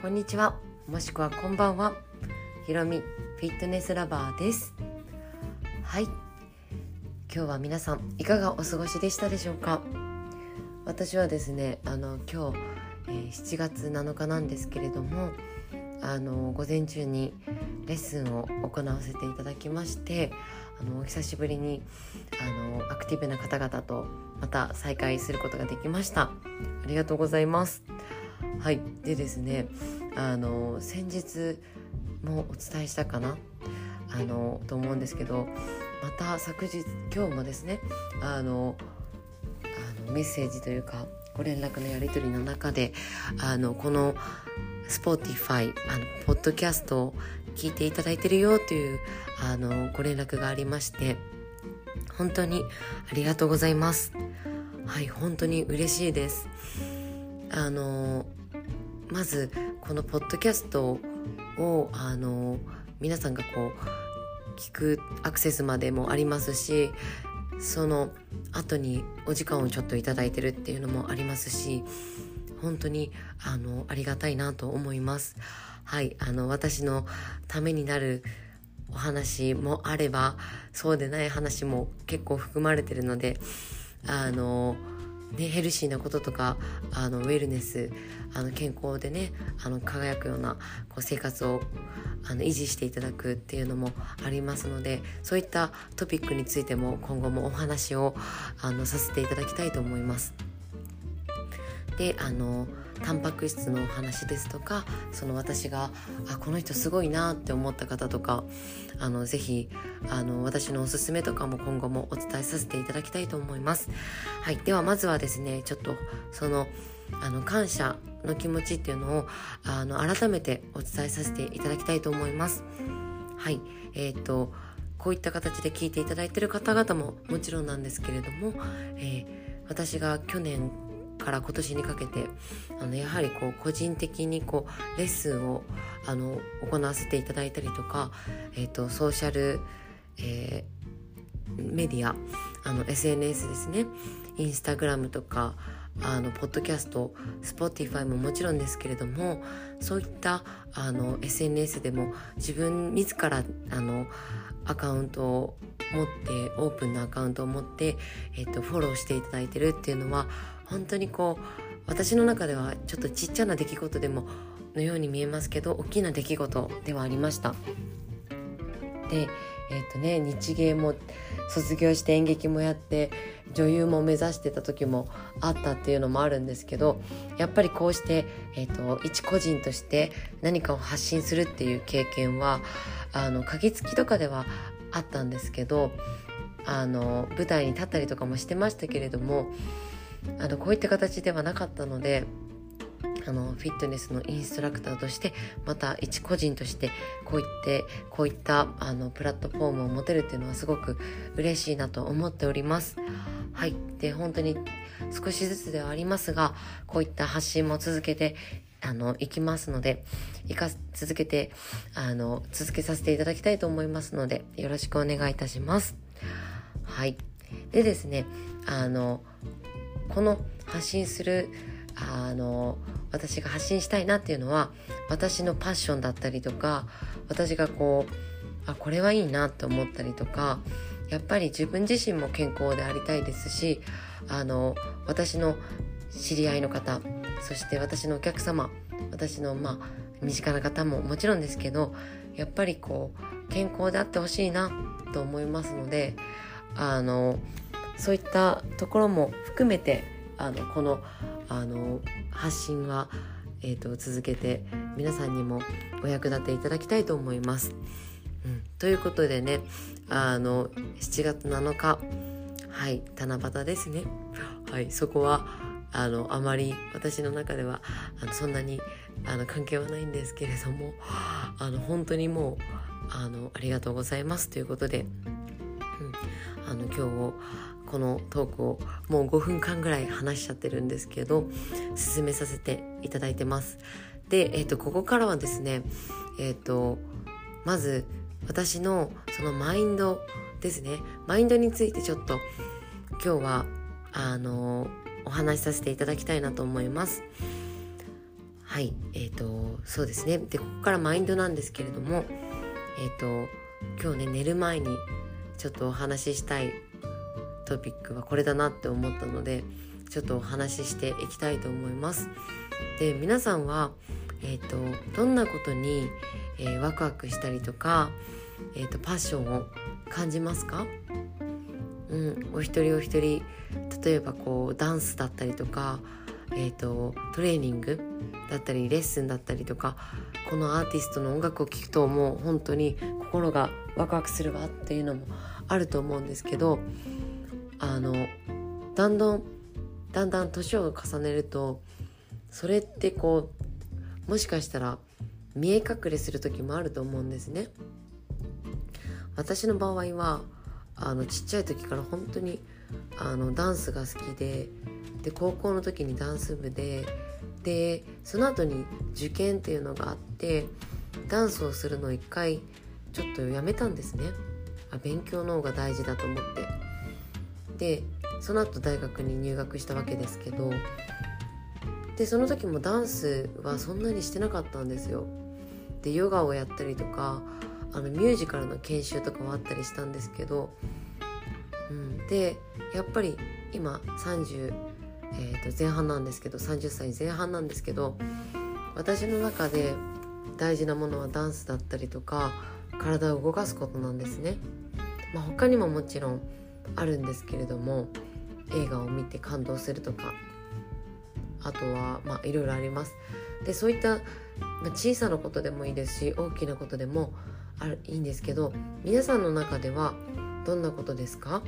こんにちは、もしくはこんばんは。ひろみフィットネスラバーです。はい、今日は皆さんいかがお過ごしでしたでしょうか。私はですね、今日、7月7日なんですけれども、午前中にレッスンを行わせていただきまして、久しぶりにアクティブな方々とまた再会することができました。ありがとうございます。はい、でですね、先日もお伝えしたかなと思うんですけど、また今日もですね、メッセージというかご連絡のやり取りの中でこのSpotify ポッドキャストを聞いていただいてるよというご連絡がありまして、本当にありがとうございます。はい、本当に嬉しいです。まずこのポッドキャストを皆さんが聞くアクセスまでもありますし、その後にお時間をちょっといただいてるっていうのもありますし、本当にありがたいなと思います。はい、私のためになるお話もあれば、そうでない話も結構含まれてるので、ヘルシーなこととかウェルネス、健康でね輝くような生活を維持していただくっていうのもありますので、そういったトピックについても今後もお話をさせていただきたいと思います。でタンパク質のお話ですとか、その私がこの人すごいなって思った方とかぜひ私のおすすめとかも今後もお伝えさせていただきたいと思います。はい、ではまずはですね、ちょっとその感謝の気持ちっていうのを改めてお伝えさせていただきたいと思います。はい、こういった形で聞いていただいている方々ももちろんなんですけれども、私が去年から今年にかけてやはり個人的にレッスンを行わせていただいたりとか、ソーシャル、メディアSNS ですね、インスタグラムとかポッドキャスト、Spotify ももちろんですけれども、そういったSNS でも自分自らアカウントを持って、オープンなアカウントを持って、フォローしていただいてるっていうのは、本当に私の中ではちょっとちっちゃな出来事でものように見えますけど、大きな出来事ではありました。で日芸も卒業して演劇もやって女優も目指してた時もあったっていうのもあるんですけど、やっぱりこうして、一個人として何かを発信するっていう経験は鍵付きとかではあったんですけど、舞台に立ったりとかもしてましたけれども、こういった形ではなかったので、フィットネスのインストラクターとして、また一個人としてこういったプラットフォームを持てるっていうのはすごく嬉しいなと思っております。はい、で本当に少しずつではありますが、こういった発信も続けていきますので、続けさせていただきたいと思いますので、よろしくお願いいたします。はい、でですね、この発信する私が発信したいなっていうのは、私のパッションだったりとか、私がこれはいいなと思ったりとか、やっぱり自分自身も健康でありたいですし、私の知り合いの方、そして私のお客様、私の身近な方ももちろんですけど、やっぱり健康であってほしいなと思いますので、そういったところも含めてこの発信は、続けて皆さんにもお役立ていただきたいと思います。ということでね、7月7日、はい、七夕ですね。はい、そこはあまり私の中ではそんなに関係はないんですけれども、本当にもうありがとうございますということで、今日このトークをもう5分間ぐらい話しちゃってるんですけど、進めさせていただいてます。で、ここからはですね、まず私のそのマインドですね、マインドについてちょっと今日はお話しさせていただきたいなと思います。 はい、そうですね。でここからマインドなんですけれども、今日ね寝る前にちょっとお話ししたいトピックはこれだなって思ったので、ちょっとお話ししていきたいと思います。で皆さんは、どんなことに、ワクワクしたりとか、パッションを感じますか？お一人お一人、例えばこうダンスだったりとか、トレーニングだったりレッスンだったりとか、このアーティストの音楽を聴くともう本当に心がワクワクするわっていうのもあると思うんですけど、だんだん年を重ねるとそれってこうもしかしたら見え隠れする時もあると思うんですね。私の場合はちっちゃい時から本当にダンスが好きで高校の時にダンス部でその後に受験っていうのがあって、ダンスをするのを一回ちょっとやめたんですね。勉強の方が大事だと思って。でその後大学に入学したわけですけど、でその時もダンスはそんなにしてなかったんですよ。でヨガをやったりとかミュージカルの研修とかはあったりしたんですけど、でやっぱり今30、前半なんですけど、30歳前半なんですけど、私の中で大事なものはダンスだったりとか体を動かすことなんですね。他にももちろんあるんですけれども、映画を見て感動するとか、あとはいろいろあります。でそういった、小さなことでもいいですし大きなことでもいいんですけど、皆さんの中ではどんなことですか？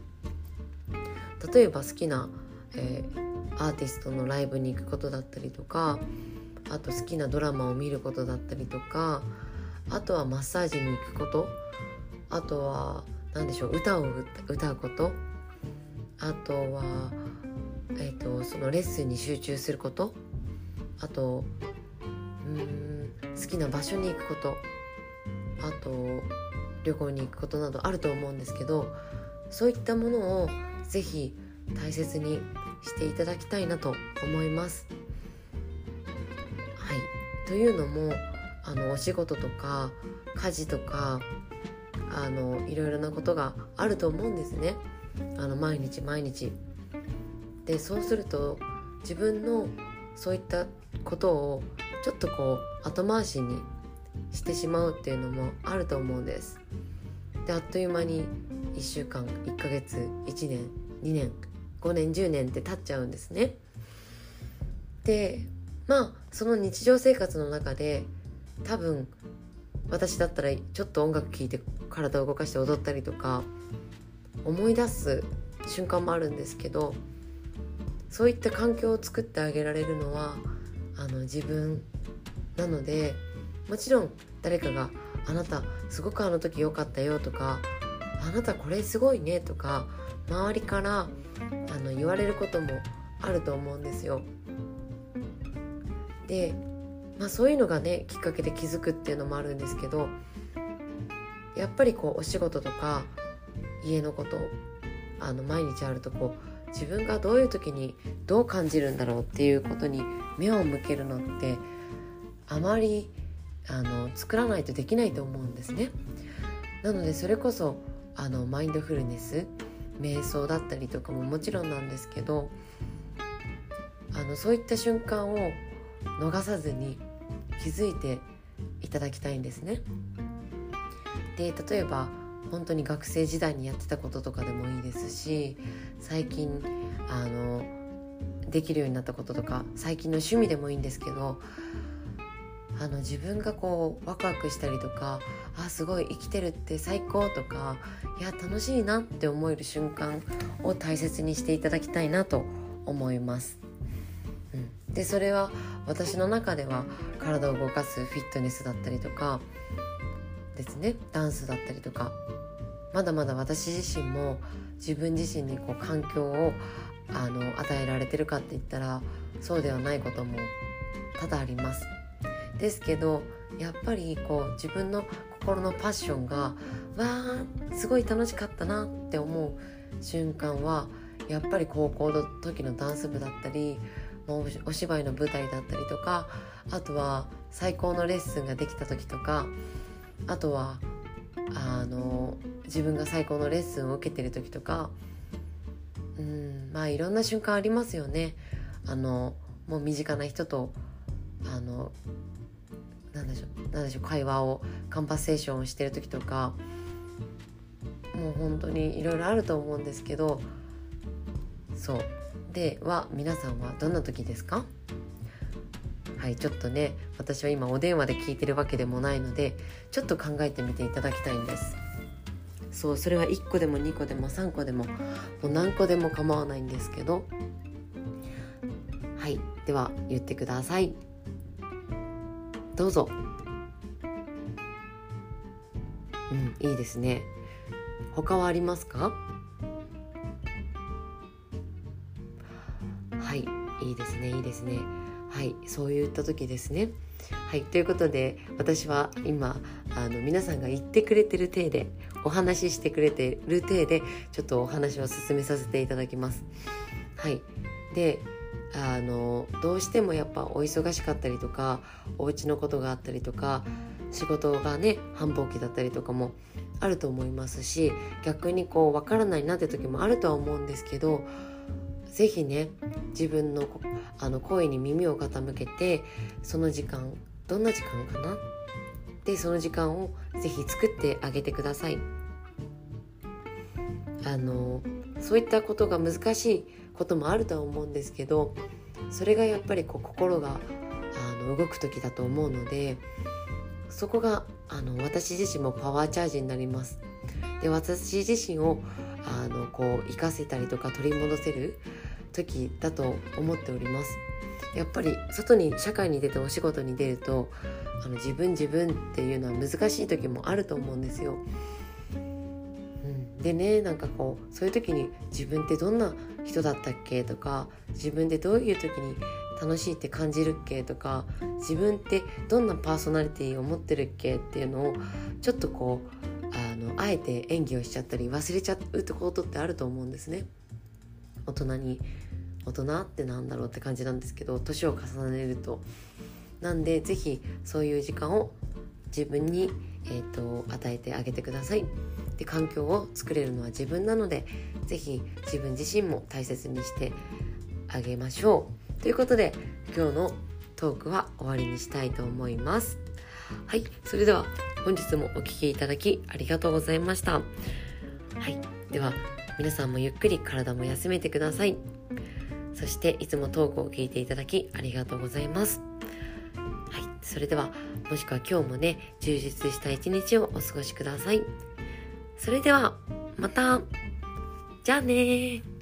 例えば好きな、アーティストのライブに行くことだったりとか、あと好きなドラマを見ることだったりとか、あとはマッサージに行くこと、あとは歌を歌うこと、あとは、そのレッスンに集中すること、あと好きな場所に行くこと、あと旅行に行くことなどあると思うんですけど、そういったものをぜひ大切にしていただきたいなと思います。はい、というのもお仕事とか家事とかいろいろなことがあると思うんですね。毎日でそうすると自分のそういったことをちょっとこう後回しにしてしまうっていうのもあると思うんです。であっという間に1週間1ヶ月1年2年5年10年って経っちゃうんですね。でその日常生活の中で多分私だったらちょっと音楽聴いて体を動かして踊ったりとか思い出す瞬間もあるんですけど、そういった環境を作ってあげられるのは自分なので、もちろん誰かがあなたすごくあの時良かったよとか、あなたこれすごいねとか周りから言われることもあると思うんですよ。で、そういうのがねきっかけで気づくっていうのもあるんですけど、やっぱりこうお仕事とか家のこと毎日あるとこう自分がどういう時にどう感じるんだろうっていうことに目を向けるのってあまり作らないとできないと思うんですね。なのでそれこそマインドフルネス、瞑想だったりとかももちろんなんですけど、そういった瞬間を逃さずに気づいていただきたいんですね。で例えば本当に学生時代にやってたこととかでもいいですし、最近できるようになったこととか最近の趣味でもいいんですけど、自分がこうワクワクしたりとか、すごい生きてるって最高とか、いや楽しいなって思える瞬間を大切にしていただきたいなと思います。でそれは私の中では体を動かすフィットネスだったりとかですね、ダンスだったりとか、まだまだ私自身も自分自身にこう環境を与えられてるかって言ったらそうではないことも多々あります。ですけどやっぱりこう自分の心のパッションがすごい楽しかったなって思う瞬間はやっぱり高校の時のダンス部だったりお芝居の舞台だったりとか、 あとは最高のレッスンができた時とか、あとは自分が最高のレッスンを受けてる時とか、いろんな瞬間ありますよね。もう身近な人となんでしょう会話をカンバセーションをしてる時とか、もう本当にいろいろあると思うんですけど、皆さんはどんな時ですか？はい、ちょっとね、私は今お電話で聞いてるわけでもないので、ちょっと考えてみていただきたいんです。それは1個でも2個でも3個でも、もう何個でも構わないんですけど、はい、では言ってください。どうぞ。いいですね。他はありますか？はい、いいですね。はい、そういった時ですね。はい、ということで、私は今皆さんが言ってくれてる体で、お話ししてくれてる体で、ちょっとお話を進めさせていただきます。はい。で、どうしてもやっぱお忙しかったりとか、お家のことがあったりとか、仕事がね繁忙期だったりとかもあると思いますし、逆にわからないなって時もあるとは思うんですけど、ぜひね、自分の声に耳を傾けて、その時間、どんな時間かなで、その時間をぜひ作ってあげてください。そういったことが難しいこともあるとは思うんですけど、それがやっぱり心が動く時だと思うので、そこが私自身もパワーチャージになります。で、私自身を活かせたりとか取り戻せる時だと思っております。やっぱり社会に出てお仕事に出ると自分っていうのは難しい時もあると思うんですよ。でね、そういう時に自分ってどんな人だったっけとか、自分でどういう時に楽しいって感じるっけとか、自分ってどんなパーソナリティを持ってるっけっていうのをちょっとあえて演技をしちゃったり忘れちゃうってことってあると思うんですね。大人ってなんだろうって感じなんですけど、年を重ねると。なんでぜひそういう時間を自分に、与えてあげてください。で、環境を作れるのは自分なので、ぜひ自分自身も大切にしてあげましょう。ということで、今日のトークは終わりにしたいと思います。はい、それでは本日もお聞きいただきありがとうございました。はい、では皆さんもゆっくり体も休めてください。そしていつもトークを聞いていただきありがとうございます。はい、それでは、もしくは今日もね、充実した一日をお過ごしください。それではまた。じゃあね。